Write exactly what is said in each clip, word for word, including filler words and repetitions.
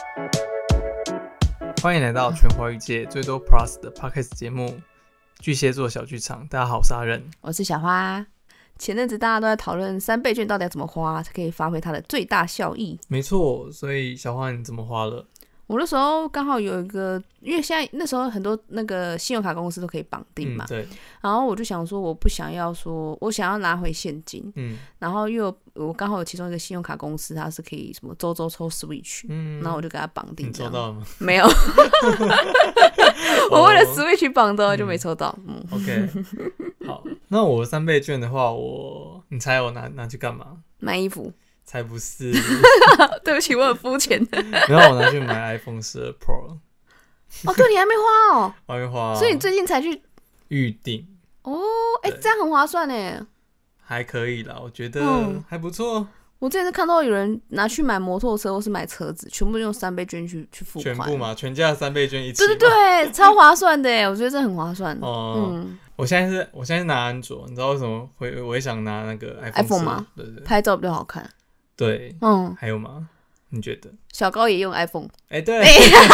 欢迎来到全华语界最多 Plus 的 Podcast 节目《巨蟹座小剧场》。大家好，我是阿任， 我是小花。前阵子大家都在讨论三倍券到底要怎么花才可以发挥它的最大效益。 没错，所以小花你怎么花了？ 我那时候刚好有一个，因为现在那时候很多那个信用卡公司都可以绑定嘛， 嗯、对。 然后我就想说，我不想要说，我想要拿回现金，嗯，然后因为我刚好有其中一个信用卡公司，它是可以什么周周抽 Switch，嗯，然后我就给它绑定。 你抽到了吗？ 没有，我为了 Switch 绑的就没抽到。嗯, 嗯 OK， 好，那我三倍券的话，我你猜我拿拿去干嘛？ 买衣服。 才不是对不起，我很肤浅。 然后我拿去买 iPhone 十二 Pro。 哦，对，你还没花哦。 我还没花、啊、 所以你最近才去预定哦。哎、欸，这样很划算耶。 还可以啦，我觉得还不错、嗯、 我之前是看到有人拿去买摩托车或是买车子，全部用三倍券去去付款， 全部嘛，全家三倍券一起。 对对对，超划算的耶，我觉得这很划算。 哦、嗯，我现在是我现在是拿安卓，你知道为什么会我会想拿那个 iPhone, iPhone 吗？ 对对， 拍照比较好看。 对，嗯，还有吗？你觉得？ 小高也用 iPhone， 哎、欸，对，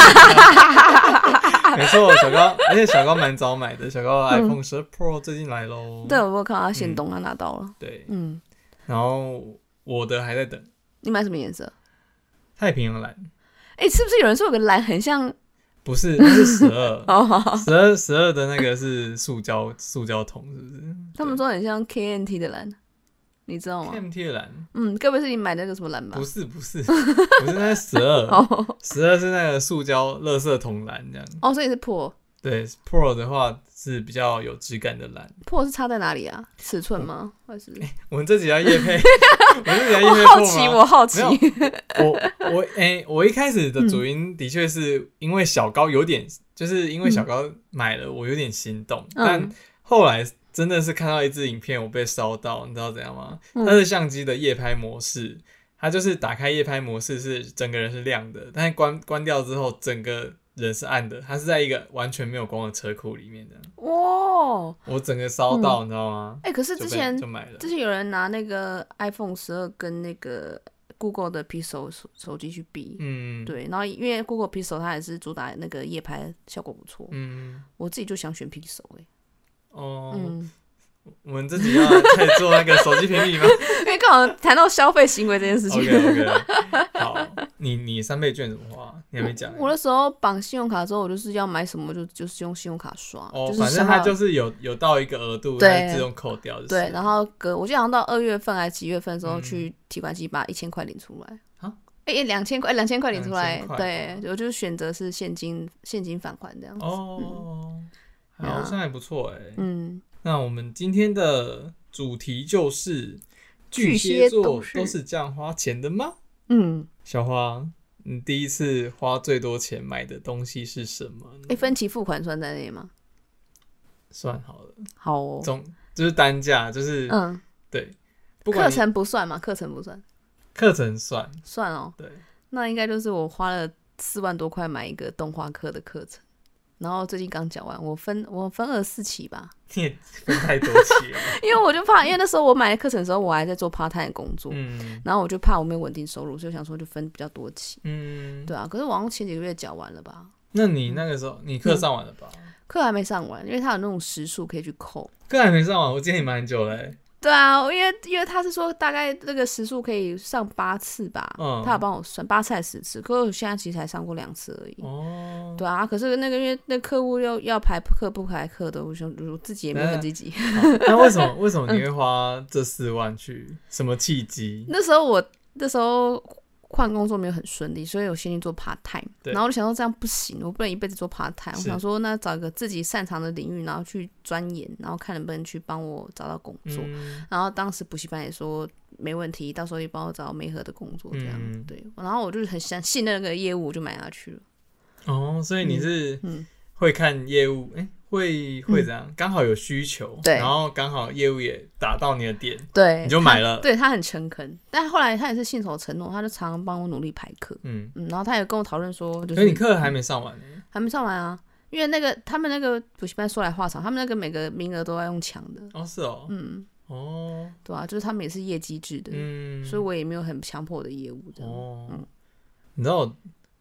没错，小高，而且小高蛮早买的，小高的 iPhone 十二 Pro 最近来咯、 嗯。对，我有看到他限动，他拿到了、 嗯。对，嗯，然后我的还在等。 你买什么颜色？ 太平洋蓝。 哎、欸，是不是有人说有个蓝很像？ 不是，那是十二，十二十二的那个是塑胶塑胶桶，是不是？ 他们说很像 K N T 的蓝。你知道吗 ？K M T 的蓝， 嗯，该不会是你买的那个什么蓝吧？ 不是，不是，不是，那是十二，十二是那个塑胶垃圾桶蓝这样。 哦，所以是 Pro。 对 ，Pro 的话是比较有质感的蓝。 Pro 是差在哪里啊？尺寸吗？还是、 欸？我们这集要业配，我们这集要业配 Pro 吗？ 我好奇，我好奇。 我我哎、欸，我一开始的主因的确是因为小高有点，嗯、就是因为小高买了，我有点心动，嗯、但后来。真的是看到一支影片，我被烧到，你知道怎样吗？它是相机的夜拍模式，它就是打开夜拍模式是整个人是亮的，但是关关掉之后，整个人是暗的。它是在一个完全没有光的车库里面的。哇！我整个烧到、嗯，你知道吗？ 哎、欸，可是之前就买了。 之前有人拿那个 iPhone 十二跟那个 Google 的 Pixel 手手机去比，嗯，对，然后因为 Google Pixel 它也是主打那个夜拍效果不错，嗯，我自己就想选 Pixel 哎、欸。 哦、嗯，我们自己要开始做那个手机评比吗？ 因为刚好谈到消费行为这件事情。 OK OK， 好，你你三倍券怎么花？你还没讲、欸。 我那时候绑信用卡之后，我就是要买什么就就是用信用卡刷。 哦， 就是、 反正它就是有有到一个额度，它自动扣掉就是。 对，然后隔我记得好像到二月份还是几月份的时候、嗯、去提款机把一千块领出来。啊？哎、欸，两千块，两千块领出来。对，我就选择是现金现金返还这样子。 哦。嗯好像还不错哎、欸，嗯，那我们今天的主题就是巨蟹座都是这样花钱的吗？嗯，小花，你第一次花最多钱买的东西是什么呢？ 哎、欸，分期付款算在内吗？ 算好了， 好哦， 总就是单价，就是嗯，对， 课程不算嘛？课程不算， 课程算算哦， 对， 那应该就是我花了四万多块买一个动画课的课程。然后最近刚讲完，我分我分二四期吧， 你也分太多期了。 因为我就怕，因为那时候我买的课程的时候，我还在做 part time 的工作，嗯，然后我就怕我没有稳定收入，所以我想说就分比较多期，嗯，对啊。可是我好像前几个月缴完了吧？ 那你那个时候你课上完了吧？ 课、嗯、还没上完，因为它有那种时数可以去扣。 课还没上完，我记得你买很久嘞、欸。 对啊，因为因为他是说大概那个时数可以上八次吧，嗯、他有帮我算八次还是十次，可是我现在其实才上过两次而已。哦，对啊，可是那个因为那客户要要排课不排课的，我想我自己也没有很积极。 那为什么为什么你会花这四万去？嗯、什么契机？ 那时候我那时候换工作没有很顺利，所以我先去做 part time， 然后我就想说这样不行，我不能一辈子做 part time， 我想说那找一个自己擅长的领域，然后去钻研，然后看能不能去帮我找到工作。嗯、然后当时补习班也说没问题，到时候也帮我找媒合的工作这样。嗯、对，然后我就很想信任那个业务，我就买下去了。 哦，所以你是会看业务，哎、嗯。会会怎样？刚、嗯、好有需求，对，然后刚好业务也打到你的点， 对， 你就买了。 他对他很诚恳，但后来他也是信守承诺，他就常常帮我努力排课，嗯嗯，然后他也跟我讨论说，就是， 所以你课还没上完呢？ 还没上完啊，因为那个他们那个补习班说来话长，他们那个每个名额都要用抢的。 哦，是哦， 嗯，哦，对啊，就是他们也是业绩制的，嗯，所以我也没有很强迫我的业务这样。哦， 嗯，你知道我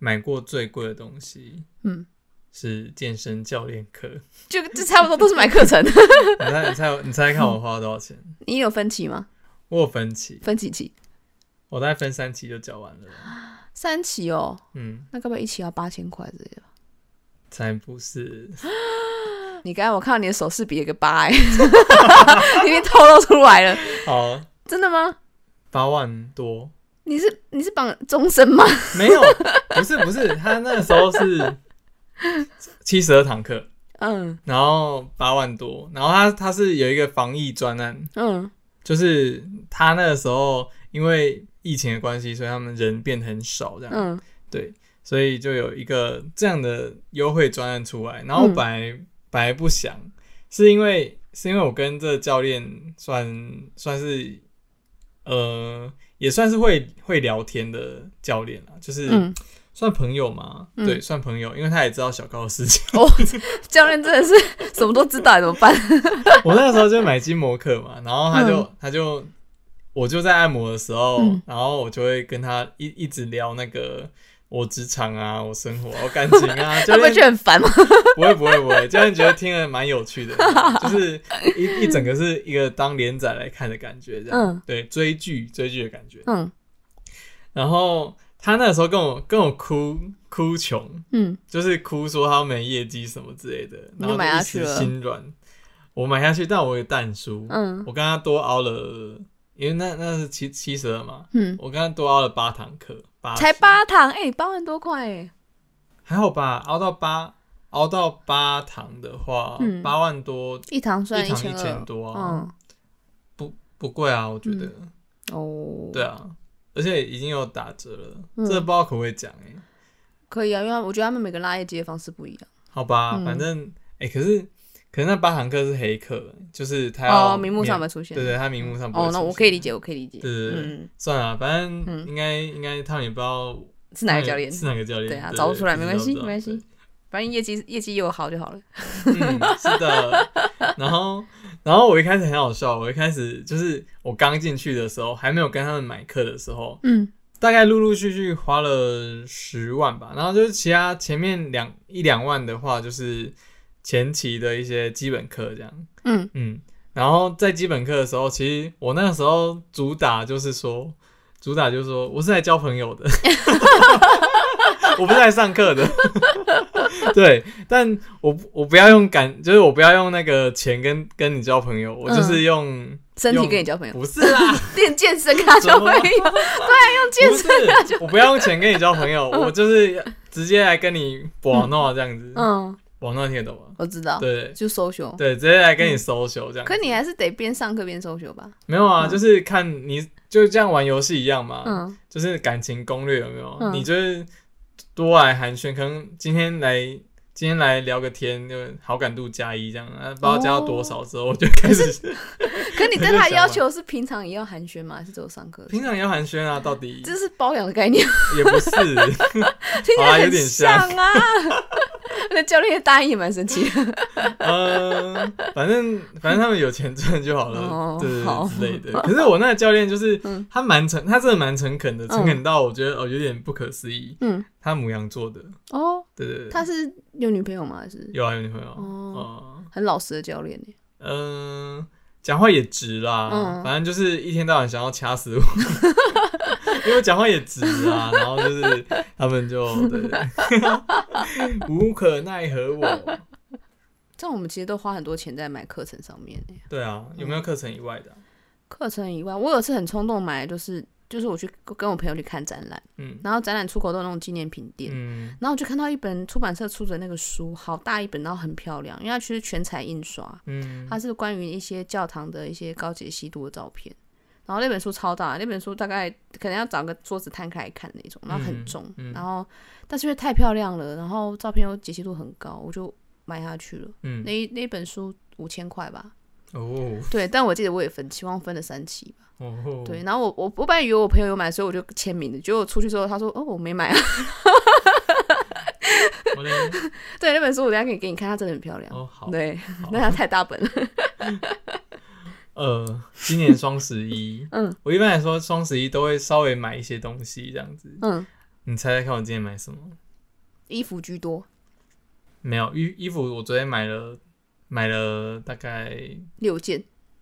买过最贵的东西，嗯，是健身教练课， 就就差不多都是买课程。你猜，你猜，你猜看我花了多少钱？ 你有分期吗？ 我有分期， 分几期？ 我大概分三期就缴完了。 三期哦， 嗯， 那该不会一期要八千块之类的？ 才不是！ 你刚才我看到你的手势比了个八，哎，已经透露出来了。 好， 真的吗？ 八万多。 你是你是绑终身吗？ 没有，不是不是，他那个时候是七十二堂课，嗯，然后八万多，然后他他是有一个防疫专案，嗯，就是他那个时候因为疫情的关系，所以他们人变得很少，这样，嗯，对，所以就有一个这样的优惠专案出来，然后本来、嗯、本来不想，是因为是因为我跟这个教练算算是呃。也算是会会聊天的教练啦，就是算朋友嘛、嗯，对，算朋友，因为他也知道小高的事情。 哦，教练真的是什么都知道，怎么办？ 我那个时候就买筋膜课嘛，然后他就、嗯、他就我就在按摩的时候，嗯、然后我就会跟他一一直聊那个我职场啊，我生活，我感情啊， 他不会觉得很烦吗？ 不会不会不会，教练觉得听了蛮有趣的，就是一一整个是一个当连载来看的感觉，这样，嗯、对，追剧追剧的感觉，嗯。然后他那个时候跟我跟我哭哭穷，嗯，就是哭说他没业绩什么之类的，然后就一时心软，我买下去，但我有淡书，嗯，我跟他多熬了，因为那那是七七十二嘛，嗯，我跟他多熬了八堂课。 才八堂，哎、欸，八万多块，哎， 还好吧？熬到八，熬到八堂的话，嗯、八万多一堂算一堂一千多啊，嗯、不不贵啊，我觉得。嗯、哦，对啊，而且已经有打折了，嗯、这个不知道可不可以讲哎、欸？ 可以啊，因为我觉得他们每个拉业绩的方式不一样。 好吧，嗯、反正哎、欸，可是可是那八堂课是黑课，就是他要哦，名目上没出现， 对对，他名目上不会出现。 哦，那我可以理解，我可以理解。 对对对，嗯、算了，反正应该、嗯、应该他们也不知道是哪个教练， 是哪个教练， 对啊，找不出来没关系，没关系，反正业绩业绩有好就好了。 嗯，是的。然后然后我一开始很好笑，我一开始就是我刚进去的时候，还没有跟他们买课的时候，嗯，大概陆陆续续花了十万吧，然后就是其他前面两一两万的话，就是前期的一些基本课这样，嗯嗯，然后在基本课的时候，其实我那个时候主打就是说，主打就是说我是来交朋友的，我不是来上课的，对，但我我不要用感，就是我不要用那个钱跟跟你交朋友，我就是用、嗯、 身体跟你交朋友， 不是啦， 练健身跟他交朋友，对，用健身跟他交朋友， 我不要用钱跟你交朋友，我就是直接来跟你玩闹这样子，嗯。网络听得懂吗？ 我知道， 对， 就social， 对，直接来跟你social这样、嗯。 可你还是得边上课边social吧？ 没有啊，嗯、就是看你就这样玩游戏一样嘛，嗯，就是感情攻略有没有？嗯、你就是多来寒暄，可能今天来今天来聊个天，就好感度加一这样，啊，不知道加到多少之后，我就开始。 可你对他要求是平常也要寒暄吗？还是只有上课？ 平常也要寒暄啊，到底这是包养的概念？ 也不是， 听起来很像啊。那教练答应也蛮生气的。嗯、 呃，反正反正他们有钱赚就好了，哦、对之类的。可是我那个教练就是、嗯、他蛮诚，他真的蛮诚恳的，诚恳到我觉得哦有点不可思议。嗯，他牡羊座的哦，对对对， 他是有女朋友吗？还是有啊有女朋友哦、 嗯，很老实的教练耶。 嗯、呃，讲话也直啦，嗯、反正就是一天到晚想要掐死我。因为讲话也直啊，然后就是他们就对对无可奈何我。 这样我们其实都花很多钱在买课程上面。 对啊，有没有课程以外的、啊？ 课程以外，我有次很冲动买的就是就是我去跟我朋友去看展览，嗯，然后展览出口都有那种纪念品店，嗯，然后我就看到一本出版社出的那个书，好大一本，然后很漂亮，因为它其实全彩印刷，嗯，它是关于一些教堂的一些高解析度的照片。然后那本书超大，那本书大概可能要找个桌子摊开来看那种，然后很重，嗯嗯、然后但是因为太漂亮了，然后照片又解析度很高，我就买下去了。嗯，那那本书五千块吧。哦，对，但我记得我也分，期望分了三期吧。哦，对，然后我我我本来以为我朋友有买，所以我就签名的，结果出去之后他说：“哦，我没买啊。”对，那本书我等一下可以给你看，它真的很漂亮。哦，好，对，但它太大本了。 呃，今年双十一，嗯，我一般来说双十一都会稍微买一些东西这样子，嗯， 你猜猜看我今天买什么？ 衣服居多。 没有，衣衣服我昨天买了买了大概六件。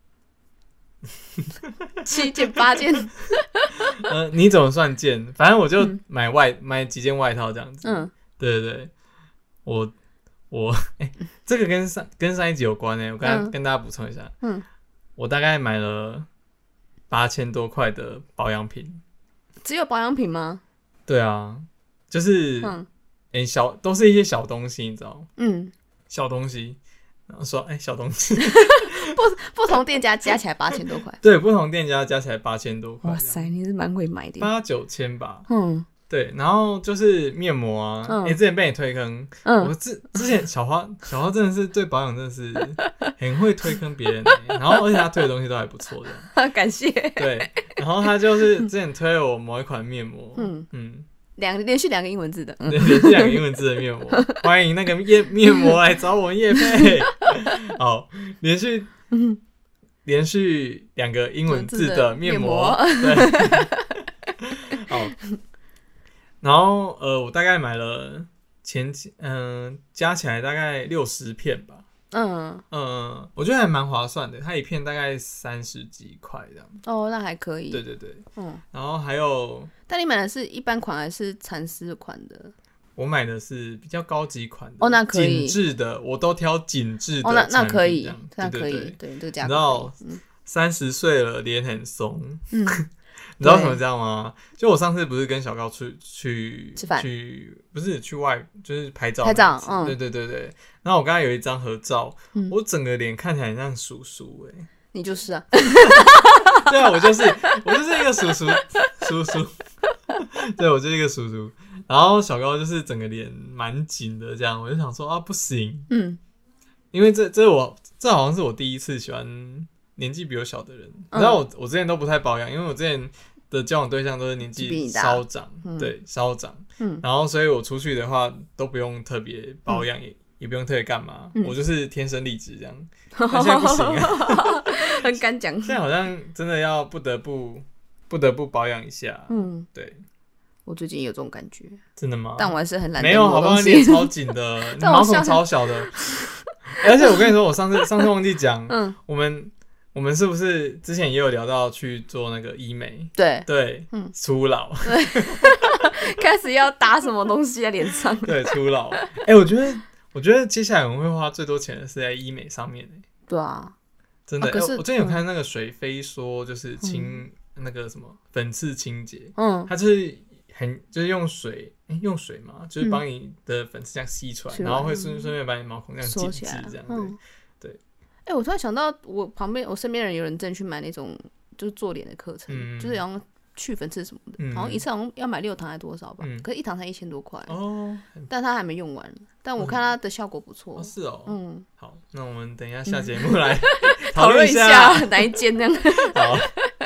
七件八件。 呃，你怎么算件？反正我就买外、嗯、买几件外套这样子。嗯，对对对，我我哎、欸，这个跟上跟上一集有关哎、欸，我刚刚、嗯、跟大家补充一下。嗯，我大概买了八千多块的保养品。 只有保养品吗？ 对啊，就是嗯，哎、欸，小都是一些小东西，你知道吗？嗯，小东西。然后说，哎、欸，小东西， 不不同店家加起来八千多块， 对，不同店家加起来八千多块。 哇塞，你是蛮会买的， 八九千吧。嗯，对，然后就是面膜啊，哎、嗯欸，之前被你推坑，嗯，我之之前小花小花真的是对保养真的是很会推坑别人、欸，然后而且他推的东西都还不错的， 感谢。 对，然后他就是之前推了我某一款面膜，嗯嗯。 两连续两个英文字的， 嗯、连续两个英文字的面膜，欢迎那个面面膜来找我们业配。好，连续、嗯、连续两个英文字的面膜，面膜对。好，然后呃，我大概买了前嗯、呃、加起来大概六十片吧。嗯嗯，我觉得还蛮划算的，它一片大概三十几块这样。 哦，那还可以。 对对对，嗯。然后还有， 但你买的是一般款还是蚕丝款的？ 我买的是比较高级款的。 哦，那可以。 紧致的，我都挑紧致的。 哦，那那可以， 那可以。对，这个价格。 你知道，三十岁了，脸很松。嗯。你知道什么这样吗？就我上次不是跟小高去去吃饭， 去不是去外就是拍照拍照，嗯， 对对对对。然后我刚才有一张合照，嗯、我整个脸看起来很像叔叔哎、欸。 你就是啊。 对啊，我就是我就是一个叔叔叔叔。对，我就是一个叔叔。然后小高就是整个脸蛮紧的这样，我就想说啊不行，嗯，因为这这我这好像是我第一次喜欢年纪比我小的人。嗯、你知道我我之前都不太保养，因为我之前的交往对象都是年纪稍长，嗯、对，稍长。嗯，然后所以我出去的话都不用特别保养，嗯、也也不用特别干嘛，嗯、我就是天生丽质这样。但现在不行啊， 很敢讲。 现在好像真的要不得不不得不保养一下。嗯，对。 我最近也有这种感觉。 真的吗？ 但我还是很懒得。 没有，好不好？脸超紧的，你毛孔超小的。而且我跟你说，我上次上次忘记讲，嗯，我们。我们是不是之前也有聊到去做那个医美？ 对对，嗯，初老， 对，开始要打什么东西在脸上？ 对，初老。哎、欸，我觉得，我觉得接下来我们会花最多钱的是在医美上面、欸。 对啊， 真的。啊、可是、欸、我之前有看那个水飞说，就是清、嗯、那个什么粉刺清洁，嗯，它就是很就是用水，欸、用水嘛，就是帮你的粉刺这样吸出来，嗯、然后会顺顺便把你毛孔这样紧致这样，嗯、对。对哎、欸，我突然想到，我旁边我身边人有人正去买那种就是做脸的课程，嗯、就是好像去粉刺什么的，嗯、好像一次好像要买六堂还多少吧，嗯、可是一堂才一千多块哦，但他还没用完，但我看他的效果不错、嗯哦。是哦，嗯，好，那我们等一下下节目来讨论、 嗯、一下哪一间呢？ 好，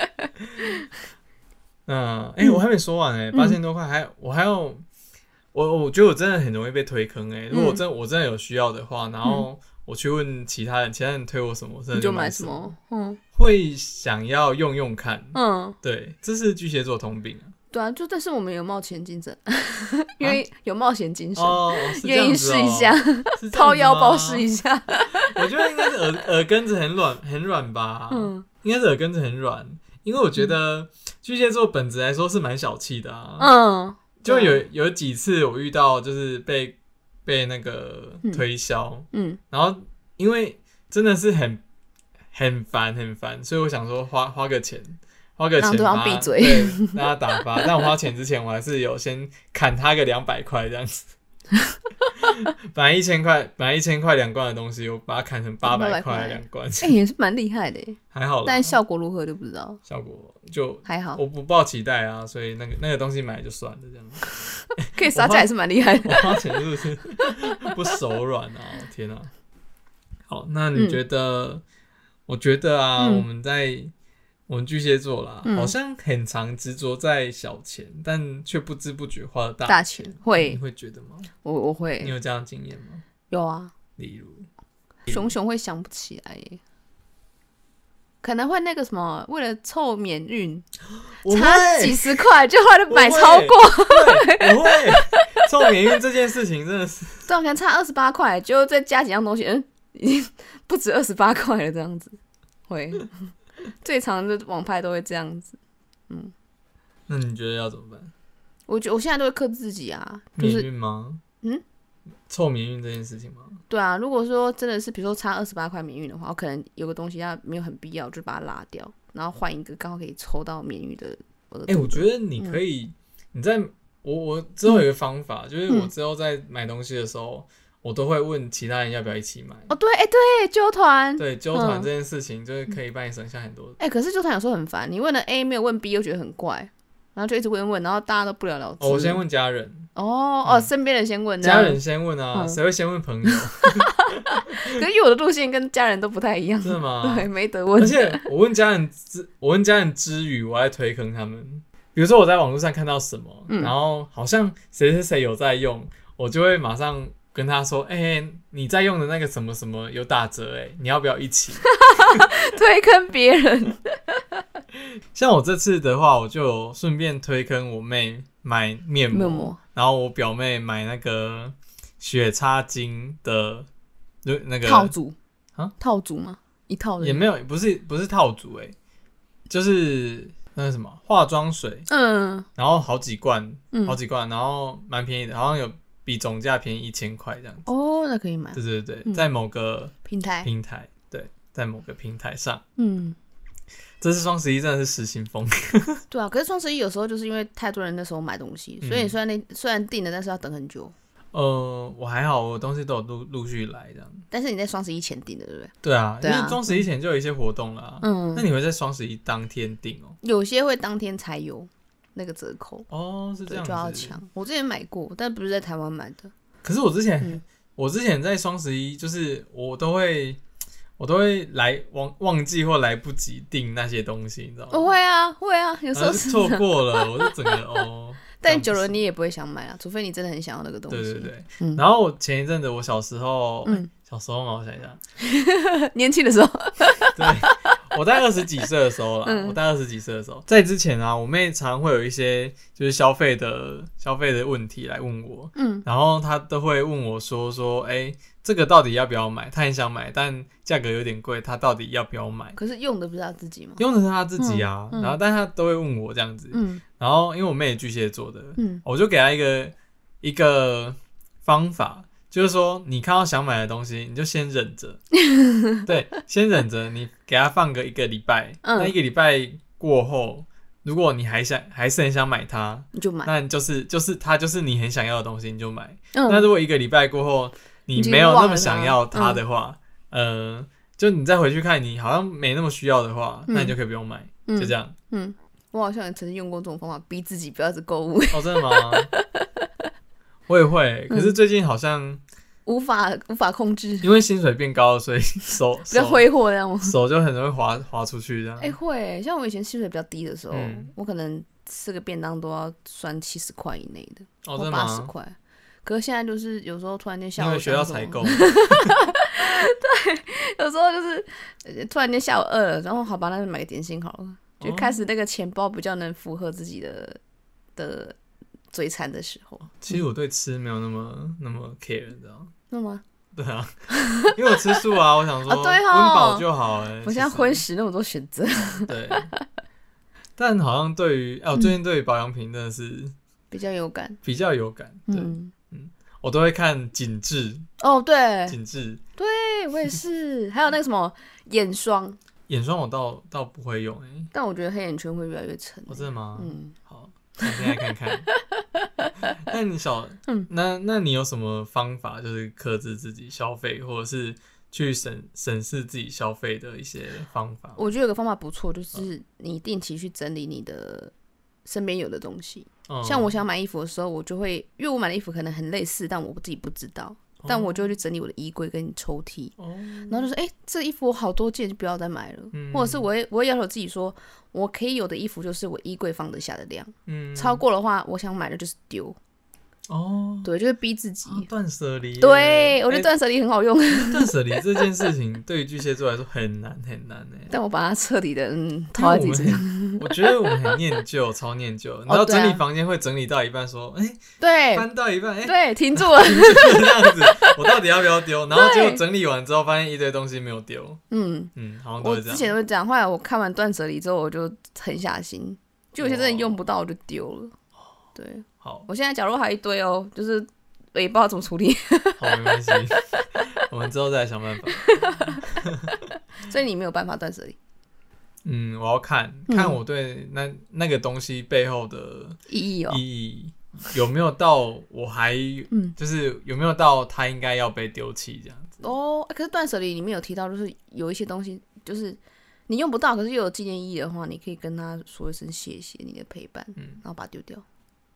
那哎、欸，我还没说完哎、欸，八千多块，还我还要我我觉得我真的很容易被推坑哎、欸，如果我真我真的有需要的话，然后。嗯我去问其他人，其他人推我什么，我真的就买什么。你就买什么？嗯，会想要用用看。嗯，对，这是巨蟹座通病啊。 对啊，就但是我们有冒险精神，因为有冒险精神，愿、 哦、 意试一下，掏腰包试一下。 我觉得应该是耳耳根子很软，很软吧。嗯，应该是耳根子很软，因为我觉得巨蟹座本质来说是蛮小气的啊。嗯，就有有几次我遇到就是被。被那个推销，嗯，嗯然后因为真的是很很烦很烦，所以我想说花花个钱，花个钱让对方闭嘴， 对，让他打发。但我花钱之前，我还是有先砍他个两百块这样子。本来一千块，本来一千块两罐的东西，我把它砍成八百块两罐， 哎、欸，也是蛮厉害的， 还好啦。 但效果如何就不知道。 效果就还好， 我不抱期待啊，所以那个那个东西买就算了，这样子。 可以杀价也是蛮厉害的。 我花钱是不是不手软啊？天啊！好，那你觉得？嗯、我觉得啊，嗯、我们在。我们巨蟹座啦，嗯、好像很常执着在小钱，但却不知不觉花了大钱。 大钱会， 你会觉得吗？ 我我会。 你有这样的经验吗？ 有啊。 例如， 熊熊会想不起来耶。 可能会那个什么，为了凑免运，差几十块就后来就买超过。 我会凑免运这件事情真的是， 对，可能差二十八块，就再加几样东西，嗯，已经不止二十八块了，这样子会。最常的网拍都会这样子，嗯。 那你觉得要怎么办？ 我觉得我现在都会克制自己啊，就是、 免运吗？ 嗯， 凑免运这件事情吗？ 对啊，如果说真的是比如说差二十八块免运的话，我可能有个东西要没有很必要，就把它拉掉，然后换一个刚好可以抽到免运的额度。哎、 欸，我觉得你可以，嗯、你在我我之后有一个方法，嗯、就是我之后在买东西的时候。我都会问其他人要不要一起买哦，对，哎、欸，对，揪团， 对，揪团这件事情就是可以帮你省下很多。 哎、嗯欸，可是揪团有时候很烦，你问了 A 没有问 B 又觉得很怪，然后就一直问问，然后大家都不了了之。 哦，我先问家人。 哦、嗯、哦，身边人先问， 家人先问啊，谁、嗯、会先问朋友？ 可是因为我的路线跟家人都不太一样， 真的吗？ 对，没得问。 而且我问家人之，我问家人之余，我还推坑他们。比如说我在网络上看到什么，嗯、然后好像谁谁谁有在用，我就会马上。跟他说，哎、欸，你在用的那个什么什么有打折，哎，你要不要一起？ 推坑别人。 像我这次的话，我就顺便推坑我妹买面 膜, 面膜，然后我表妹买那个雪擦精的，就那个套组啊，套组吗？一套的也没有，不是不是套组，哎，就是那个什么化妆水，嗯，然后好几罐，嗯、好几罐，然后蛮便宜的，好像有。比总价便宜一千块这样子哦，那可以买。 对对对，嗯、在某个平台平台，对，在某个平台上，嗯，这次双十一真的是失心疯。 对啊，可是双十一有时候就是因为太多人那时候买东西，所以你虽然那、嗯、虽然订了，但是要等很久。 呃，我还好，我东西都有陆陆续来这样。 但是你在双十一前订的，对不对？ 对啊，对啊，因为双十一前就有一些活动啦。嗯，那你会在双十一当天订哦？ 有些会当天才有。那个折扣哦，是这样子， 就要抢。我之前买过，但不是在台湾买的。 可是我之前，嗯、我之前在双十一，就是我都会，我都会来忘忘记或来不及订那些东西，你知道吗？ 我会啊，会啊，有时候是错过了，我就整个哦。 但久了你也不会想买啊，除非你真的很想要那个东西。 对对对。嗯、然后前一阵子我小时候，嗯，小时候嘛，我想一下， 年轻的时候， 对。我在二十几岁的时候啦，嗯、我在二十几岁的时候，在之前啊，我妹常会有一些就是消费的消费的问题来问我，嗯，然后她都会问我说说，哎、欸，这个到底要不要买？她很想买，但价格有点贵，她到底要不要买？ 可是用的不是她自己吗？ 用的是她自己啊，嗯嗯、然后但她都会问我这样子，嗯，然后因为我妹也巨蟹座的，嗯，我就给她一个一个方法。就是说，你看到想买的东西，你就先忍着，对，先忍着，你给他放个一个礼拜，嗯、那一个礼拜过后，如果你还想还是很想买它， 你就买， 那就是就是它就是你很想要的东西，你就买。嗯、那如果一个礼拜过后，你没有那么想要它的话，嗯、呃，就你再回去看，你好像没那么需要的话，嗯、那你就可以不用买，嗯、就这样。 嗯，我好像也曾经用过这种方法，逼自己不要一直购物。 哦，真的吗？我也会，可是最近好像、嗯、 无法无法控制， 因为薪水变高了，所以手比较挥霍这样吗？ 手就很容易滑滑出去这样。 哎、欸，会，像我以前薪水比较低的时候，嗯、我可能吃个便当都要算七十块以内的， 哦，真的吗？八十块。可是现在就是有时候突然间下午， 因为学校采购， 对，有时候就是突然间下午饿了，然后好吧，那就买个点心好了，就开始那个钱包比较能符合自己的的。嘴馋的时候， 其实我对吃没有那么、嗯、那么 care， 你知道吗？ 那吗？ 对啊，因为我吃素啊，我想说温饱就好哎、欸。 我现在荤食那么多选择， 对。但好像对于哎、啊，我最近对于保养品真的是比较有感， 比较有感。对，嗯，嗯我都会看紧致哦，对， 紧致， 对我也是。还有那个什么眼霜， 眼霜我倒倒不会用哎、欸， 但我觉得黑眼圈会越来越沉、欸。 哦，真的吗？嗯，好。我现在看看，那你小，嗯、那那你有什么方法，就是克制自己消费，或者是去审审视自己消费的一些方法？ 我觉得有个方法不错，就是你定期去整理你的身边有的东西。嗯、像我想买衣服的时候，我就会，因为我买的衣服可能很类似，但我自己不知道。但我就会去整理我的衣柜跟抽屉，哦、然后就说：“哎、欸，这衣服我好多件，就不要再買了。嗯”或者是我會我會要求自己說，我可以有的衣服就是我衣櫃放得下的量，嗯、超過的話，我想買的就是丟。 哦，对，就是逼自己断舍离。 对，我觉得断舍离很好用。 断舍离这件事情对于巨蟹座来说很难很难哎， 但我把它彻底的嗯套在自己身上。 我觉得我们很念旧，超念旧。你知道整理房间会整理到一半说，哎、欸， 对， 翻到一半，哎、欸， 对，停住了， 停住了这样子，我到底要不要丢？然后结果整理完之后，发现一堆东西没有丢。嗯嗯，好像都是这样。 我之前会这样，后来我看完断舍离之后，我就狠下心，就有些真的用不到，我就丢了。对， 好， 我现在假如还有一堆哦，就是我也不知道怎么处理。 好，没关系，我们之后再来想办法。 所以你没有办法断舍离。 嗯，我要看看我对那那个东西背后的意义哦， 意义有没有到我还、嗯、就是有没有到它应该要被丢弃这样子。 哦，可是断舍离里面有提到，就是有一些东西就是你用不到，可是又有纪念意义的话，你可以跟他说一声谢谢你的陪伴，嗯、然后把它丢掉。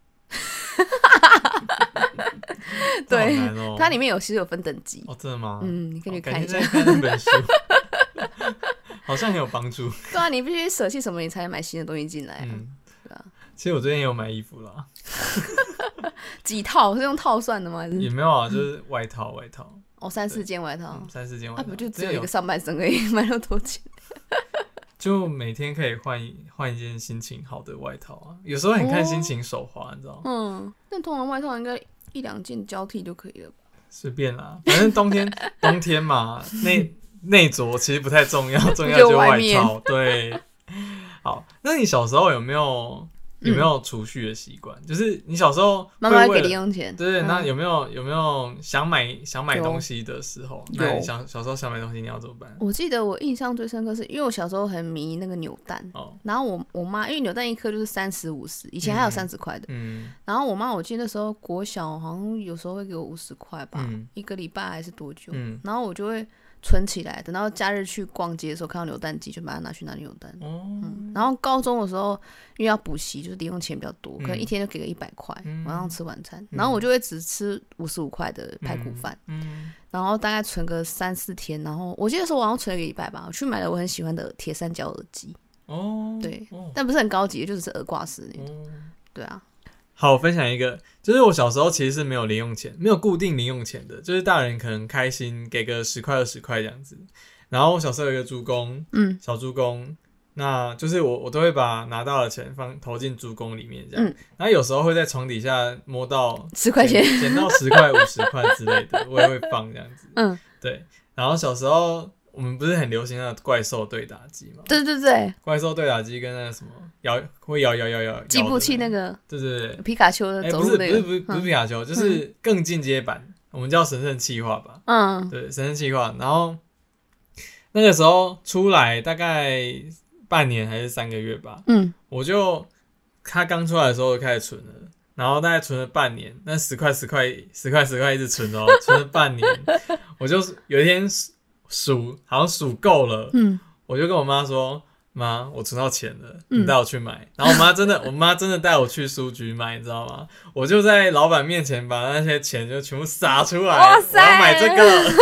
对、哦，它里面有其实有分等级哦，真的吗？ 嗯，你可以去看一下。 改天再看那本书，好像很有帮助。 对啊，你必须舍弃什么，你才能买新的东西进来、啊。嗯，对啊。 其实我最近也有买衣服啦。 几套是用套算的吗？ 也没有啊，就是外套，外套。 哦，三四件外套， 嗯、三四件外套， 啊，不就只有一个上半身而已，买那么多钱。 就每天可以换一换一件心情好的外套啊，有时候很看心情手滑，哦、你知道吗？ 嗯，但通常外套应该一两件交替就可以了吧？ 随便啦，反正冬天冬天嘛，内内着其实不太重要，重要就是外套。对，好，那你小时候有没有？有没有储蓄的习惯、嗯？就是你小时候妈妈会给零用钱， 对对、嗯，那有没有有没有想买想买东西的时候？那你小小时候想买东西，你要怎么办？ 我记得我印象最深刻是因为我小时候很迷那个扭蛋，哦、然后我我妈因为扭蛋一颗就是三十五十，以前还有三十块的，嗯，然后我妈我记得那时候国小好像有时候会给我五十块吧、嗯，一个礼拜还是多久？嗯，然后我就会存起来，等到假日去逛街的时候看到扭蛋机，就把它拿去拿扭蛋。哦、嗯，然后高中的时候因为要补习，就是零用钱比较多，可能一天就给个一百块，晚上吃晚餐、嗯，然后我就会只吃五十五块的排骨饭、嗯嗯，然后大概存个三四天，然后我记得说我好像存了个礼拜吧，我去买了我很喜欢的铁三角耳机。哦，对，哦、但不是很高级，就只是耳挂式那种、哦。对啊。 好，我分享一个，就是我小时候其实是没有零用钱，没有固定零用钱的，就是大人可能开心给个十块二十块这样子。然后我小时候有一个猪公，嗯，小猪公，那就是我我都会把拿到的钱放投进猪公里面这样。嗯、然后有时候会在床底下摸到十块钱， 捡到十块五十块之类的，我也会放这样子。嗯，对。然后小时候我们不是很流行那个怪兽对打机吗？ 对对对， 怪兽对打机跟那个什么摇会摇摇摇摇计步器那个， 对对对， 皮卡丘的走路那个， 欸、不是不是不是不是皮卡丘、嗯，就是更进阶版、嗯，我们叫神圣企划吧。嗯，对，神圣企划。然后那个时候出来大概半年还是三个月吧。嗯，我就他刚出来的时候就开始存了，然后大概存了半年，那十块十块十块十块一直存哦，存了半年，我就有一天。数好像数够了，嗯，我就跟我妈说：“妈，我存到钱了，你带我去买。嗯”然后我妈真的，我妈真的带我去书局买，你知道吗？我就在老板面前把那些钱就全部撒出来， 哇塞， 我要买这个。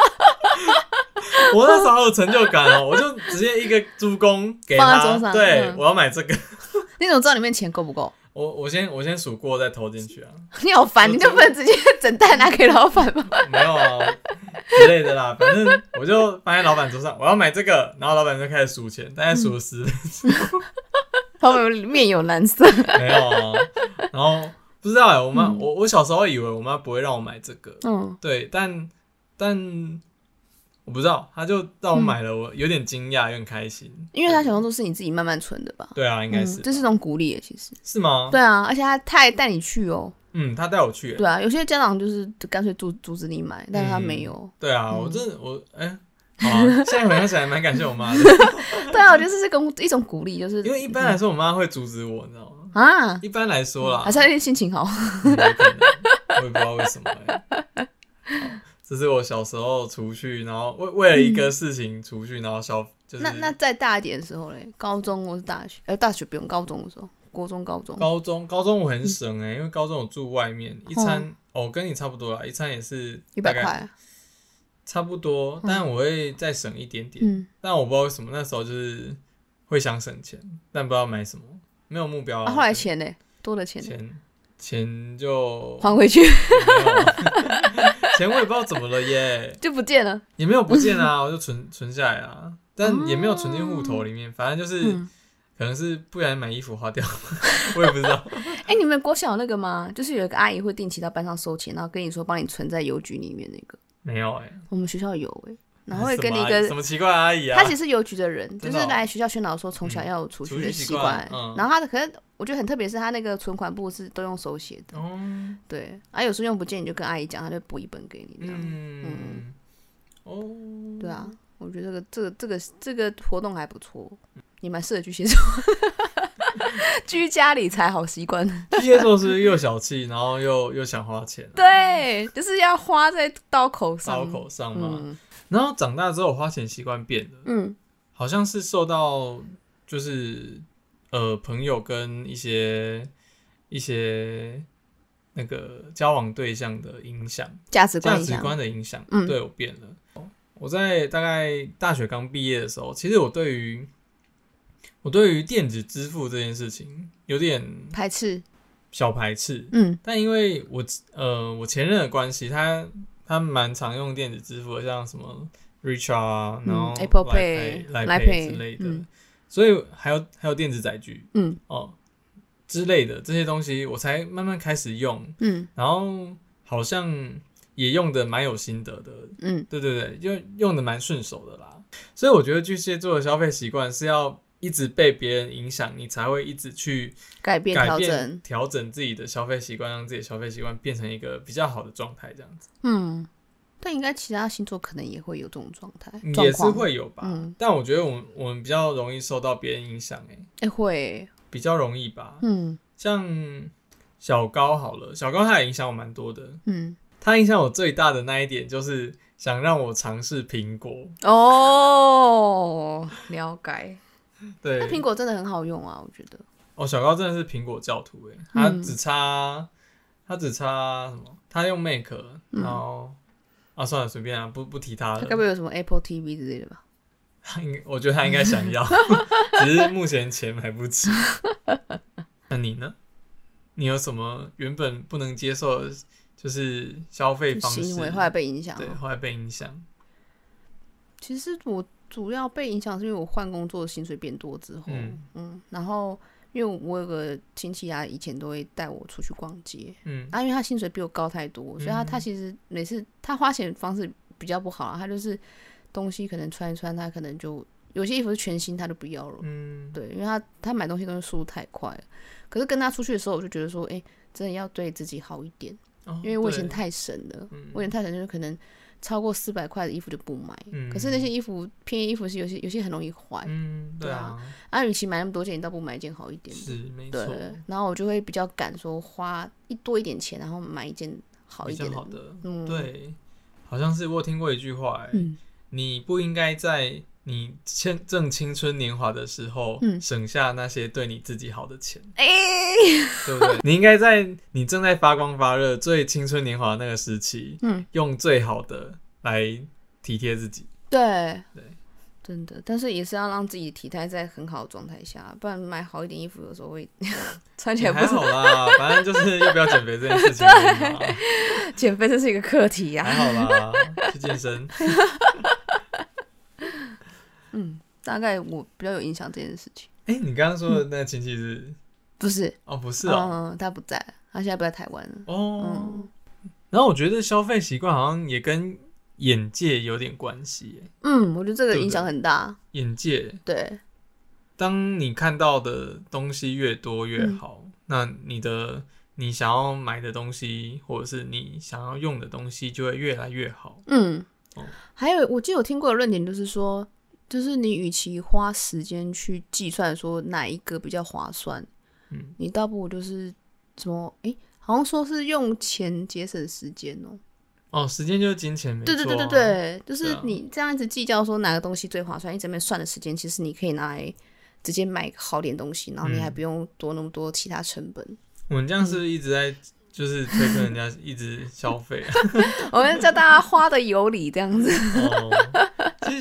我那时候好有成就感哦，我就直接一个猪公给他， 放在桌上， 对、 嗯， 我要买这个。 你怎么知道里面钱够不够？ 我我先我先数过再投进去啊！ 你好烦，你就不能直接整袋拿给老板吗？ 没有啊，之类的啦，反正我就放在老板桌上，我要买这个，然后老板就开始数钱，大概数了十分钟， 老板面有难色。 没有啊，然后不知道哎、欸，我妈、嗯、我我小时候以为我妈不会让我买这个，嗯，对，但但。我不知道，他就让我买了，我有点惊讶，有点开心， 因为他想说都是你自己慢慢存的吧？ 对啊，应该是， 嗯、这是种鼓励耶，其实是吗？ 对啊，而且他他还带你去哦。 嗯，他带我去。 对啊，有些家长就是干脆阻阻止你买，但是他没有。 嗯、对啊，我真的我哎、欸，好啊，现在回想起来蛮感谢我妈的。 对啊，我觉得这是个一种鼓励，就是因为一般来说我妈会阻止我，你知道吗？啊，一般来说啦， 还是他心情好， 嗯、有可能，我也不知道为什么、欸。这是我小时候储蓄，然后为为了一个事情储蓄，然后消就是那那再大一点的时候嘞，高中或是大学，呃，大学不用，高中的时候，国中、高中， 高中高中我很省哎、欸嗯，因为高中我住外面，一餐、嗯、哦跟你差不多啦，一餐也是一百块， 差不多，但我会再省一点点、嗯，但我不知道为什么那时候就是会想省钱，但不知道买什么，没有目标啊。 啊后来钱呢？多的钱呢？ 钱钱就还回去， 钱我也不知道怎么了耶， 就不见了， 也没有不见啊，我就存存下来啊，但也没有存进户头里面，反正就是、嗯、可能是不然买衣服花掉，我也不知道。 哎、欸，你们国小有那个吗？就是有一个阿姨会定期到班上收钱，然后跟你说帮你存在邮局里面那个。 没有哎、欸， 我们学校有哎、欸。然后会给你一个什么奇怪的阿姨啊？ 他其实是邮局的人，就是来学校宣导说从小要有储蓄的习惯、嗯。然后他的可是我觉得很特别，是他那个存款簿是都用手写的。哦，对，啊，有时候用不见你就跟阿姨讲，他就补一本给你这样。嗯，嗯哦，对啊，我觉得这个这个这个这个活动还不错，你蛮适合巨蟹座。居家理财好习惯。 巨蟹座是又小气，然后又又想花钱、啊。 对，就是要花在刀口上。 刀口上嘛。嗯，然后长大之后花钱习惯变了，嗯，好像是受到就是呃朋友跟一些一些那个交往对象的影响， 价值观价值观的影响，嗯，对我变了。我在大概大学刚毕业的时候，其实我对于我对于电子支付这件事情有点排斥， 小排斥，嗯，但因为我呃我前任的关系，他他蛮常用电子支付的，像什么 Richard 啊，然后 Apple Pay、 Line Pay 之类的，嗯、所以还有还有电子载具，嗯哦之类的这些东西，我才慢慢开始用，嗯，然后好像也用的蛮有心得的，嗯，对对对，就用的蛮顺手的啦。所以我觉得巨蟹座的消费习惯是要一直被别人影响，你才会一直去改变、调整、 调整自己的消费习惯，让自己的消费习惯变成一个比较好的状态，这样子。 嗯，但应该其他星座可能也会有这种状态， 也是会有吧。嗯、但我觉得我们我们比较容易受到别人影响，哎， 哎会欸， 比较容易吧。嗯，像小高好了，小高他也影响我蛮多的。嗯，他影响我最大的那一点就是想让我尝试苹果。 哦，了解。 对， 那苹果真的很好用啊，我觉得。 哦，小高真的是苹果教徒哎，他只差、嗯、他只差什么？他用 Mac， 然后、嗯、啊算了，随便啊，不不提他了。 他该不会有什么 Apple T V 之类的吧？ 我觉得他应该想要，只是目前钱买不起。那你呢？你有什么原本不能接受的，就是消费方式？ 行为后来被影响， 对，后来被影响。 其实我主要被影响是因为我换工作，薪水变多之后，嗯，嗯然后因为我有个亲戚啊，以前都会带我出去逛街，嗯，啊，因为他薪水比我高太多，所以他他其实每次他花钱方式比较不好啊，他就是东西可能穿一穿，他可能就有些衣服是全新，他就不要了，嗯，对，因为他他买东西东西速度太快了。可是跟他出去的时候，我就觉得说，哎、欸，真的要对自己好一点，哦、因为我以前太省了，嗯、我以前太省就是可能。超过四百块的衣服就不买、嗯，可是那些衣服便宜衣服是有些有些很容易坏，嗯，对啊，啊，与其买那么多件，你倒不买一件好一点的， 是没错。对， 然后我就会比较敢说花一多一點錢，然後買一件好一點的， 比較好的，嗯，對，好像是我有聽過一句話，嗯，你不應該在你正青春年華的時候、嗯、省下那些對你自己好的錢，哎、欸，對不對？你應該在你正在發光發熱、最青春年華的那個時期，嗯，用最好的來體貼自己。 對對，真的，但是也是要讓自己體態在很好的狀態下，不然買好一點衣服有時候會穿起來不還好啦，反正就是要不要減肥這件事情而已嘛。 減肥這是一個課題啊， 還好啦，去健身。 嗯，大概我比較有影響這件事情。 哎、欸，你剛剛說的那個親戚是、嗯？不是哦，不是哦， 嗯，他不在，他現在不在台灣了。哦、嗯， 然後我覺得消費習慣好像也跟眼界有點關係。 嗯，我覺得這個影響很大。 眼界， 對， 當你看到的東西越多越好，嗯、那你的你想要買的東西，或者是你想要用的東西，就會越來越好。嗯，哦、 還有我記得有聽過的論點就是說。就是你與其花時間去計算說哪一個比較划算，嗯，你倒不如就是什麼，誒，好像說是用錢節省時間哦。 哦，時間就是金錢，沒錯、啊。 對對對對對，就是你這樣一直計較說哪個東西最划算，一整邊算的時間，其實你可以拿來直接買好點東西，然後你還不用多那麼多其他成本。嗯、 我們這樣是不是一直在就是推坑人家一直消費、啊？ 我們叫大家花的有理這樣子。 哦，其實。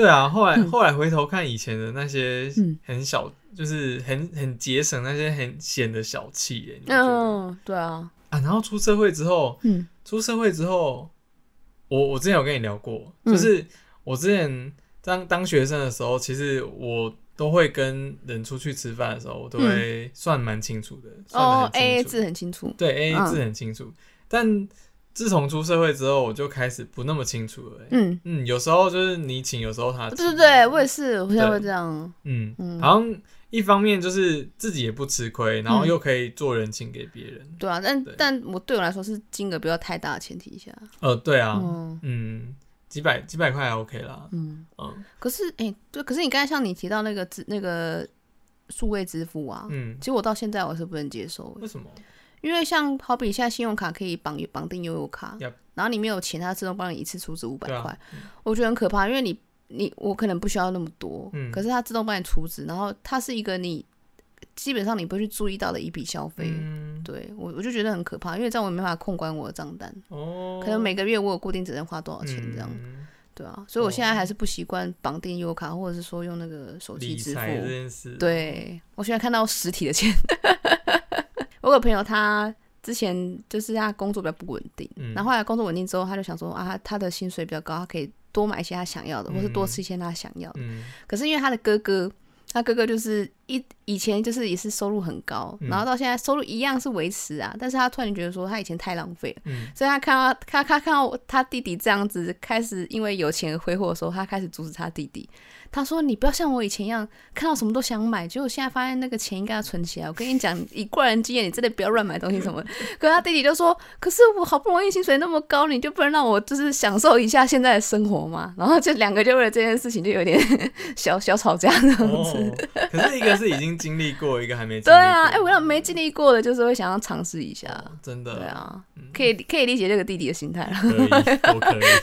对啊，后来、嗯、后来回头看以前的那些很小，嗯、就是很很节省那些很显的小气耶， 嗯，对啊， 啊，然后出社会之后，嗯，出社会之后，我我之前有跟你聊过，嗯、就是我之前当当学生的时候，其实我都会跟人出去吃饭的时候，我都会算蛮清楚的，嗯、算得很清楚，哦 ，A A 制很清楚， 对 ，A A 制很清楚，嗯、但。自从出社会之后，我就开始不那么清楚了、欸。嗯嗯，有时候就是你请，有时候他请。 对对对，我也是，我现在会这样。 嗯嗯，好像一方面就是自己也不吃亏，然后又可以做人情给别人。 嗯、对啊，但但我对我来说是金额不要太大的前提下。 呃，对啊，嗯, 嗯几百几百块还 OK 啦。嗯嗯，可是哎、欸，对，可是你刚才像你提到那个那个数位支付啊，嗯，其实我到现在我是不能接受、欸。 为什么？ 因为像好比现在信用卡可以绑绑定悠游卡， yep. 然后你没有钱，它自动帮你一次储值五百块，我觉得很可怕。因为你你我可能不需要那么多，嗯、可是它自动帮你储值，然后它是一个你基本上你不会去注意到的一笔消费，嗯、对我我就觉得很可怕，因为这样我没办法控管我的账单，哦，可能每个月我有固定只能花多少钱这样，嗯、对啊，所以我现在还是不习惯绑定悠游卡，或者是说用那个手机支付。 理财这件事， 对我现在看到实体的钱。我有朋友，他之前就是他工作比较不稳定，嗯、然后后来工作稳定之后，他就想说啊，他的薪水比较高，他可以多买一些他想要的，嗯、或是多吃一些他想要的。嗯、可是因为他的哥哥，他哥哥就是一以前就是也是收入很高，嗯、然后到现在收入一样是维持啊，但是他突然觉得说他以前太浪费了，嗯、所以他看到他他看到他弟弟这样子开始因为有钱而挥霍的时候，他开始阻止他弟弟。他说你不要像我以前一样看到什么都想买，结果现在发现那个钱应该要存起来，我跟你讲以过来人经验，你真的不要乱买东西什么的。可是他弟弟就说，可是我好不容易薪水那么高，你就不能让我就是享受一下现在的生活吗？然后就两个就为了这件事情就有点小小吵架这样子， 哦、可是一个是已经经历过，一个还没经历过。 对啊，哎、欸，我想没经历过的就是会想要尝试一下、哦、 真的。 对啊，嗯、可以可以理解这个弟弟的心态了。 可以，我可以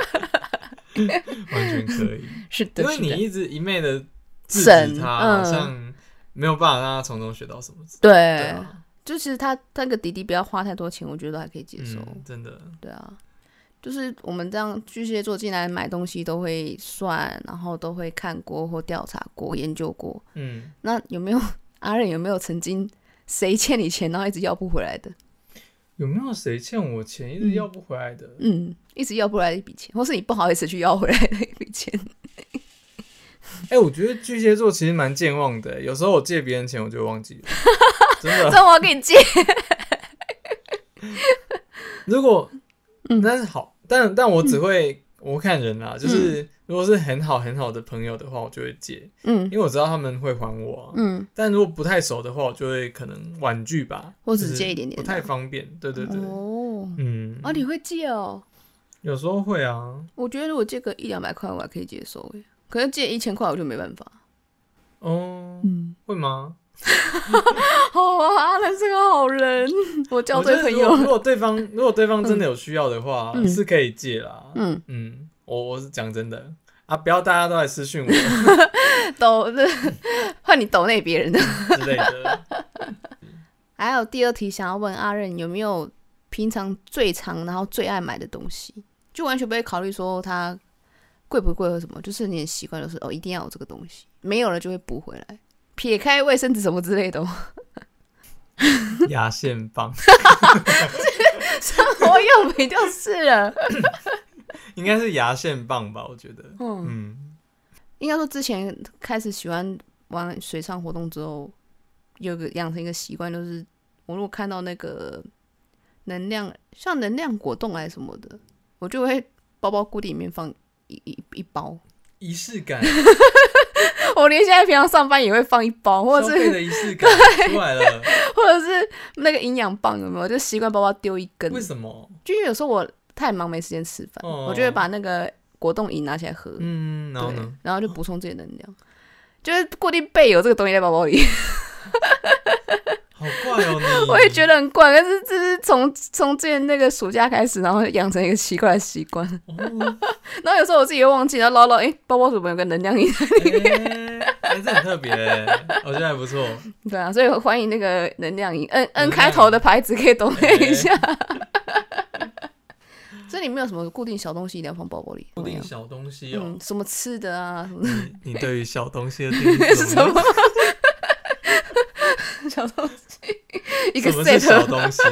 完全可以， 是的， 因为你一直一昧的制止他，好像没有办法让他从中学到什么。 对，对啊、就其实他那个弟弟不要花太多钱，我觉得都还可以接受。 嗯、真的， 对啊，就是我们这样巨蟹座进来买东西都会算，然后都会看过或调查过、研究过。嗯，那有没有阿任有没有曾经谁欠你钱，然后一直要不回来的？ 有没有谁欠我钱一直要不回来的？ 嗯，嗯一直要不回来的一笔钱，或是你不好意思去要回来的一笔钱。 哎、欸，我觉得巨蟹座其实蛮健忘的，有时候我借别人钱我就会忘记了，真的。 这我要给你借。 如果，嗯，但是好，但但我只会、嗯、我看人啦，就是、嗯、如果是很好很好的朋友的话，我就会借，嗯，因为我知道他们会还我、啊，嗯。但如果不太熟的话，我就会可能婉拒吧， 或只借一点点， 不太方便。对对对， 哦，嗯，啊，你会借哦？ 有时候会啊。我觉得如果借个一两百块，我还可以接受诶。可是借一千块我就没办法。 哦，嗯，会吗？ 好啊，他是个好人，我交对朋友。 如果对方如果对方真的有需要的话，嗯、是可以借啦。嗯嗯，我我是讲真的啊，不要大家都来私讯我， 抖换你抖内别人的之类的。 还有第二题想要问阿任有没有平常最常然后最爱买的东西，就完全不会考虑说它贵不贵或什么，就是你的习惯就是哦一定要有这个东西，没有了就会补回来。撇开卫生纸什么之类的、哦， 牙线棒， 生活用品就是了。 应该是牙线棒吧，我觉得。嗯，嗯应该说之前开始喜欢玩水上活动之后，有个养成一个习惯，就是我如果看到那个能量，像能量果冻还是什么的，我就会包包固定里面放一一一包。 仪式感。 我连现在平常上班也会放一包，或者是消费的仪式感出来了， 或者是那个营养棒有没有？就习惯包包丢一根。 为什么？就因为有时候我太忙没时间吃饭，哦、我就会把那个果冻饮拿起来喝， 嗯，然后呢？ 然后就补充自己的能量，就是固定备有这个东西在包包里。 好怪哦你！ 我也觉得很怪，可是这是从从之前那个暑假开始，然后养成一个奇怪的习惯。哦、然后有时候我自己会忘记，然后捞捞，哎、欸，包包怎么有个能量饮在里面？ 哎、欸欸，这很特别，我觉得还不错。 对啊，所以欢迎那个能量饮，N N 开头的牌子可以抖内一下。欸、所以你没有什么固定小东西一定要放包包里？ 固定小东西哦， 嗯，什么吃的啊？什么的你你对于小东西的定义是什么？ 小东西，一个 set。 什么是小东西？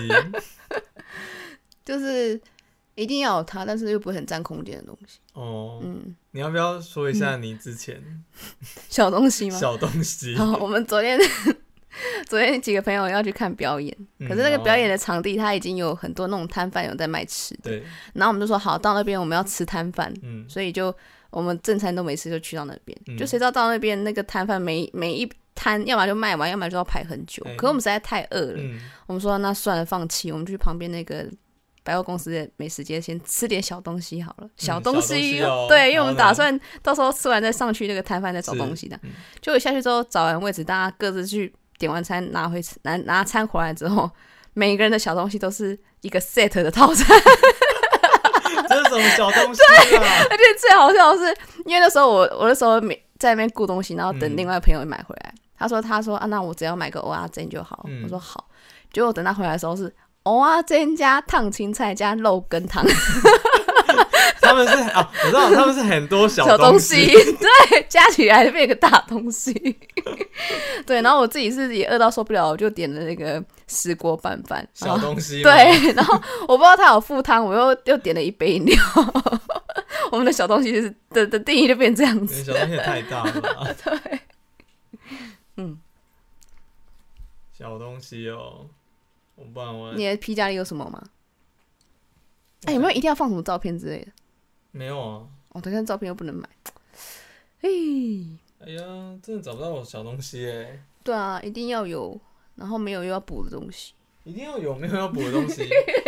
就是一定要有它，但是又不会很占空间的东西。 哦，嗯，你要不要说一下你之前、嗯、 小东西吗？ 小东西。 好，我们昨天昨天几个朋友要去看表演、嗯，可是那个表演的场地它已经有很多那种摊贩有在卖吃的， 对。 然后我们就说好，到那边我们要吃摊贩，嗯，所以就我们正餐都没吃，就去到那边、嗯，就谁知道到那边那个摊贩每每一摊要么就卖完，要么就要排很久。欸、可是我们实在太饿了、嗯，我们说那算了，放弃，我们就去旁边那个百货公司的美食街先吃点小东西好了。小东西，嗯东西哦、对，因为我们打算到时候吃完再上去那个摊贩再找东西的。嗯、结果下去之后找完位置，大家各自去点完餐拿回拿拿餐回来之后，每一个人的小东西都是一个 set 的套餐。 这是什么小东西啊？ 而且最好笑的是，因为那时候我我那时候在那边顾东西，然后等另外朋友买回来。嗯、他说他说啊，那我只要买个蚵仔煎就好、嗯。我说好。结果等他回来的时候是蚵仔煎加烫青菜加肉羹汤。 他们是啊，我知道他们是很多小东西，对，加起来变个大东西。对，然后我自己是也饿到受不了，我就点了那个石锅拌饭， 小东西。 对，然后我不知道他有附汤，我又又点了一杯饮料。我们的小东西就是的的定义就变这样子。 小东西也太大了吧？ 对，嗯， 小东西哦，我不然我你的皮夹里有什么吗？哎、欸，有没有一定要放什么照片之类的？ 没有啊。 哦，等下照片又不能买。哎、 欸，哎呀，真的找不到我小东西哎、欸。 对啊，一定要有，然后没有又要补的东西。 一定要有，没有要补的东西。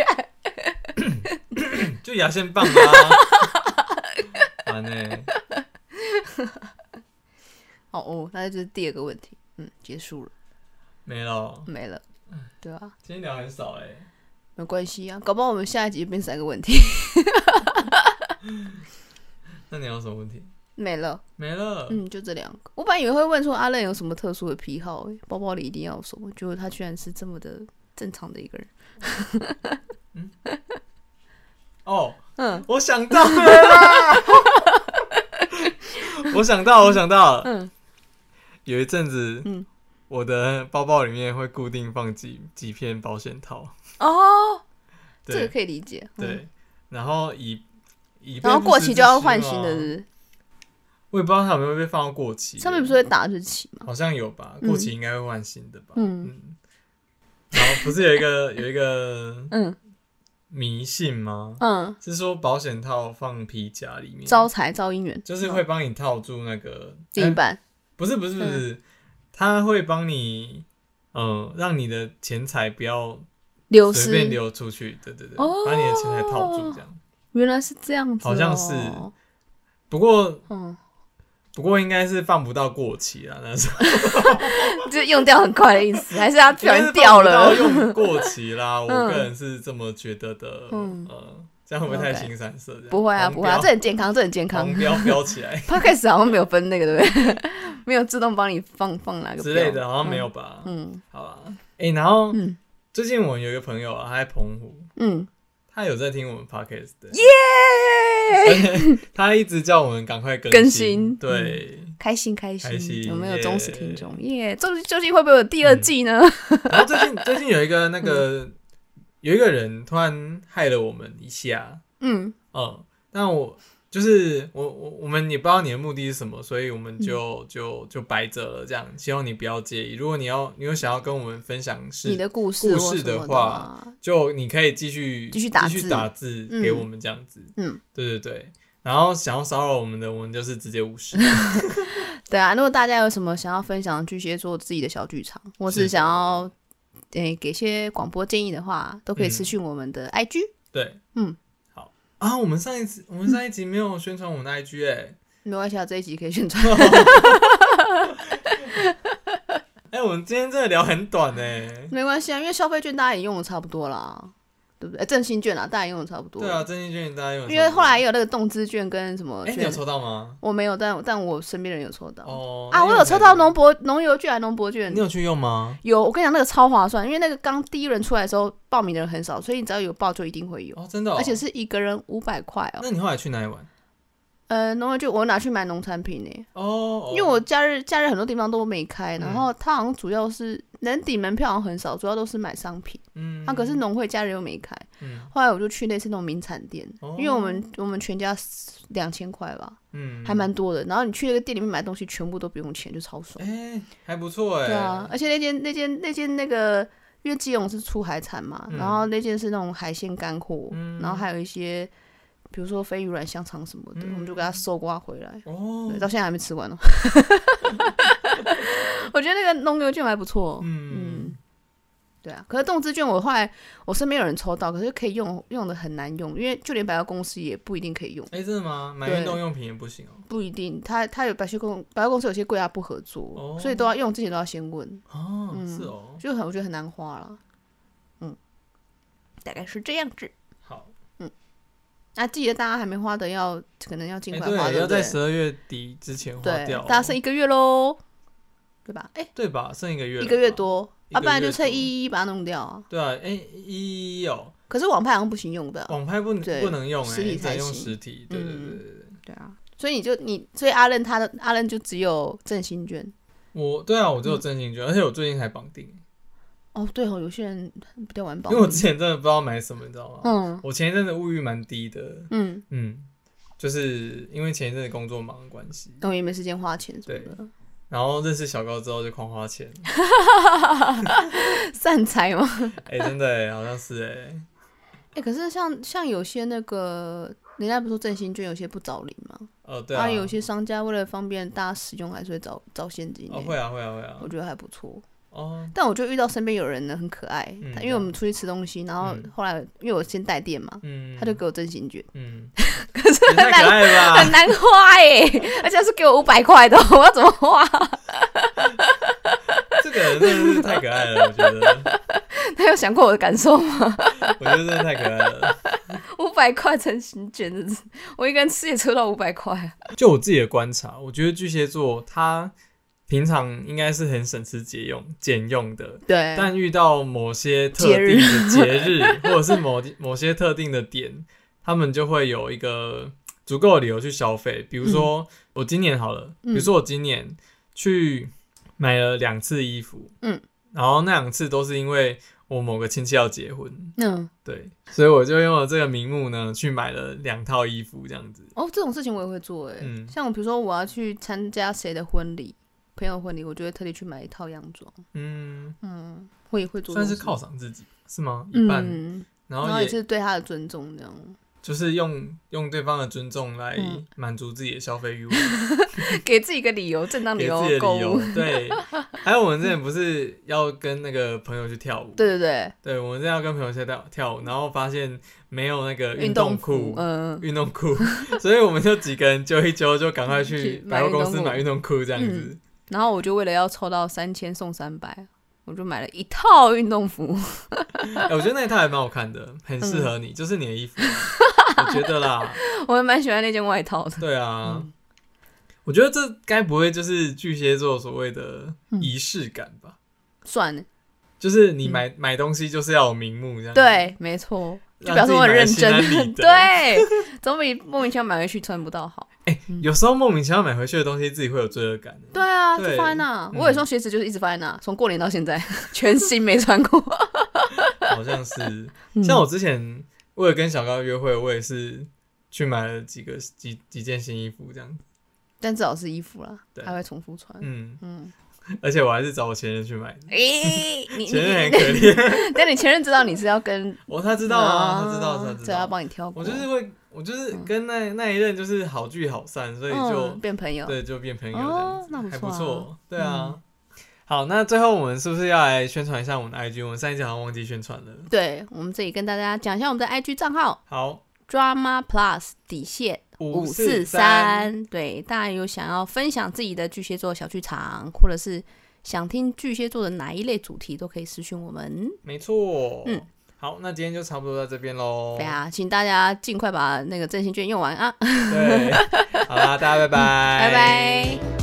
就牙线棒啊。烦欸。 哦哦，那就是第二个问题，嗯，结束了。 没了。 没了。对啊。 今天聊很少哎、欸。 没关系啊，搞不好我们下一集就变三个问题。 那你有什么问题？ 没了， 没了。 嗯，就这两个。我本来以为会问说阿任有什么特殊的癖好、欸，包包里一定要有什么，结果他居然是这么的正常的一个人。 嗯、哦，嗯，我想到了啦！我想到，我想到了。嗯，有一阵子，嗯，我的包包里面会固定放几几片保险套。 哦，这个可以理解。 对，嗯、然后以以然后过期就要换新的是不是？ 我也不知道它有没有被放到过期。 上面不是会打日期吗？ 好像有吧，过期应该会换新的吧。嗯, 嗯然后不是有一个有一个嗯迷信吗？嗯，是说保险套放皮夹里面招财招姻缘， 就是会帮你套住那个另一半、欸。 不是不是不是，嗯、它会帮你嗯让你的钱财不要流失， 随便流出去，对对对，哦、把你的钱财套住这样。 原来是这样子、哦， 好像是。不过，嗯，不过应该是放不到过期啦，那时候就是用掉很快的意思，还是它不小心掉了？ 用过期啦，我个人是这么觉得的。嗯，呃，这样会不会太腥羶色？ 不会啊，不会啊，这很健康，这很健康。 标标起来 ，Podcast 好像没有分那个，对不对？没有自动帮你放放哪个之类的，好像没有吧？嗯，好吧。哎，然后，嗯，最近我有一个朋友啊，他在澎湖，嗯。他有在听我们 podcast 的，耶！他一直叫我们赶快更新，更新对、 嗯，开心开心， 开心有没有忠实听众？耶！究究竟会不会有第二季呢？ 嗯、然后最近最近有一个那个、嗯、有一个人突然害了我们一下，嗯嗯，但我就是我我我们也不知道你的目的是什么，所以我们就、嗯、就就白着了，这样希望你不要介意。如果你要你有想要跟我们分享是你的故事故事的话，的就你可以继续继续打字继续打字给我们这样子。嗯，对对对。然后想要骚扰我们的，我们就是直接无视。 对啊，如果大家有什么想要分享巨蟹座自己的小剧场，或是想要诶、欸、给些广播建议的话，都可以私讯我们的 I G。嗯、 对，嗯。啊，我们上一次我们上一集没有宣传我们的 I G 哎、欸， 没关系啊，这一集可以宣传。 哎、欸，我们今天真的聊很短哎、欸， 没关系啊，因为消费券大家也用的差不多啦。 对不对？振兴券啊，大家用的差不多。 对啊，振兴券大家用的差不多。 因为后来也有那个动资券跟什么券。 哎、欸，你有抽到吗？ 我没有，但但我身边人有抽到。 哦啊，我有抽到农博农油券还农博券。 你有去用吗？ 有，我跟你讲那个超划算，因为那个刚第一轮出来的时候报名的人很少，所以你只要有报就一定会有。 哦，真的、哦。 而且是一个人五百块哦。 那你后来去哪里玩？ 呃，农业就我拿去买农产品呢。 哦， 因为我假日假日很多地方都没开，然后它好像主要是能抵门票好像很少，主要都是买商品。嗯，啊，可是农会假日又没开。嗯，后来我就去类似那种名产店，哦、因为我们我们全家两千块吧，嗯，还蛮多的。然后你去那个店里面买东西，全部都不用钱，就超爽。 哎、欸，还不错哎。 对啊，而且那间那间那间那个，因为基隆是出海产嘛，嗯、然后那间是那种海鲜干货，嗯、然后还有一些。比如说飞鱼软香肠什么的、嗯，我们就给他搜刮回来。哦，到现在还没吃完呢、喔。我觉得那个农油券还不错。嗯嗯，对啊。可是动资券我后来我身边有人抽到，可是可以用用的很难用，因为就连百货公司也不一定可以用。 哎、欸，真的吗？买运动用品也不行哦、喔。 不一定，他他有百货公百货公司有些柜他不合作、哦，所以都要用之前都要先问。 哦，嗯、是哦， 就很我觉得很难花了。嗯，大概是这样子。啊，记得大家还没花的要，可能要尽快花， 欸、对， 对要在十二月底之前花掉。 大家剩一个月喽，对吧？哎、欸， 对吧？剩一个月， 一个月多，啊，不然就趁一一把它弄掉啊。 对啊，哎、欸，一一哦。 可是网拍好像不行用的、啊， 网拍不不能用、欸， 实体才用实体。对对对对对、 嗯。对啊，所以你就你，所以阿任他的阿任就只有振兴券。 我对啊，我只有振兴券、嗯，而且我最近才绑定。 哦，对哦，有些人比较晚绑， 因为我之前真的不知道买什么，你知道吗？嗯，我前一阵子物欲蛮低的，嗯嗯，就是因为前一阵子工作忙的关系， 我、哦、也没时间花钱什么的。 对，然后认识小高之后就狂花钱， 散财吗？ 哎、欸，真的哎，好像是哎，哎、 欸，可是像像有些那个，人家不是说振兴券有些不找零吗？ 哦，对啊， 啊有些商家为了方便大家使用，还是会找找现金。 哦，会啊，会啊，会啊， 我觉得还不错。 哦， 但我就遇到身边有人呢，很可爱、嗯。因为我们出去吃东西，然后后来、嗯、因为我先带店嘛、嗯，他就给我振兴券，嗯，可是很难很难花耶，而且是给我五百块的，我要怎么花？ 这个人真的是太可爱了，我觉得。 他有想过我的感受吗？ 我觉得真的太可爱了。 五百块振兴券，真是我一个人吃也吃到五百块。 就我自己的观察，我觉得巨蟹座他。平常应该是很省吃俭用、俭用的， 对。 但遇到某些特定的节日，或者是某某些特定的点，他们就会有一个足够的理由去消费。比如说，嗯、我今年好了，比如说我今年去买了两次衣服，嗯，然后那两次都是因为我某个亲戚要结婚，嗯，对，所以我就用了这个名目呢，去买了两套衣服，这样子。 哦，这种事情我也会做，哎、嗯，像我比如说我要去参加谁的婚礼。朋友婚礼，我就会特地去买一套洋装。嗯嗯，我也会做， 算是犒赏自己，是吗？一半， 嗯、 然后也, 也, 也是对他的尊重，这样。 就是用用对方的尊重来满足自己的消费欲望， 嗯、给自己一个理由，正当理由购物。 对，还有我们之前不是要跟那个朋友去跳舞？ 对对对， 对，我们之前要跟朋友去跳跳舞，然后发现没有那个运动裤，嗯，运动裤，所以我们就几个人揪一揪，就赶快去百货公司买运动裤，这样子。嗯， 然后我就为了要抽到三千送三百，我就买了一套运动服。 欸、我觉得那一套还蛮好看的，很适合你、嗯，就是你的衣服、啊，我觉得啦。 我还蛮喜欢那件外套的。 对啊，嗯、我觉得这该不会就是巨蟹座所谓的仪式感吧？嗯、 算了， 就是你买、嗯、买东西就是要有名目这样子。 对，没错。就表示我很认真，对，总比莫名其妙买回去穿不到好。 哎、欸嗯，有时候莫名其妙买回去的东西，自己会有罪恶感。 对啊，对就放在那。嗯、我有双鞋子就是一直放在那，从过年到现在，全新没穿过。 好像是，像我之前为了跟小高约会，我也是去买了几个几几件新衣服这样。 但至少是衣服啦，还会重复穿。 嗯嗯。而且我还是找我前任去买的， 欸、你前任很可怜。 但你前任知道你是要跟我，他知道啊，他知道，他知道， 所以要帮你挑过。 我就是会，我就是跟那、嗯、那一任就是好聚好散，所以就、 嗯、变朋友， 对，就变朋友这样子， 哦、那不错、啊， 还不错，对啊、嗯。好，那最后我们是不是要来宣传一下我们的 I G？ 我们上一集好像忘记宣传了。 对，我们这里跟大家讲一下我们的 I G 账号。 好 ，Drama Plus 底线。五四三，对，大家有想要分享自己的巨蟹座小剧场，或者是想听巨蟹座的哪一类主题，都可以私讯我们。 没错，嗯， 好，那今天就差不多到这边喽。 对啊，请大家尽快把那个振兴券用完啊。 对，好啦，大家拜拜， 拜拜。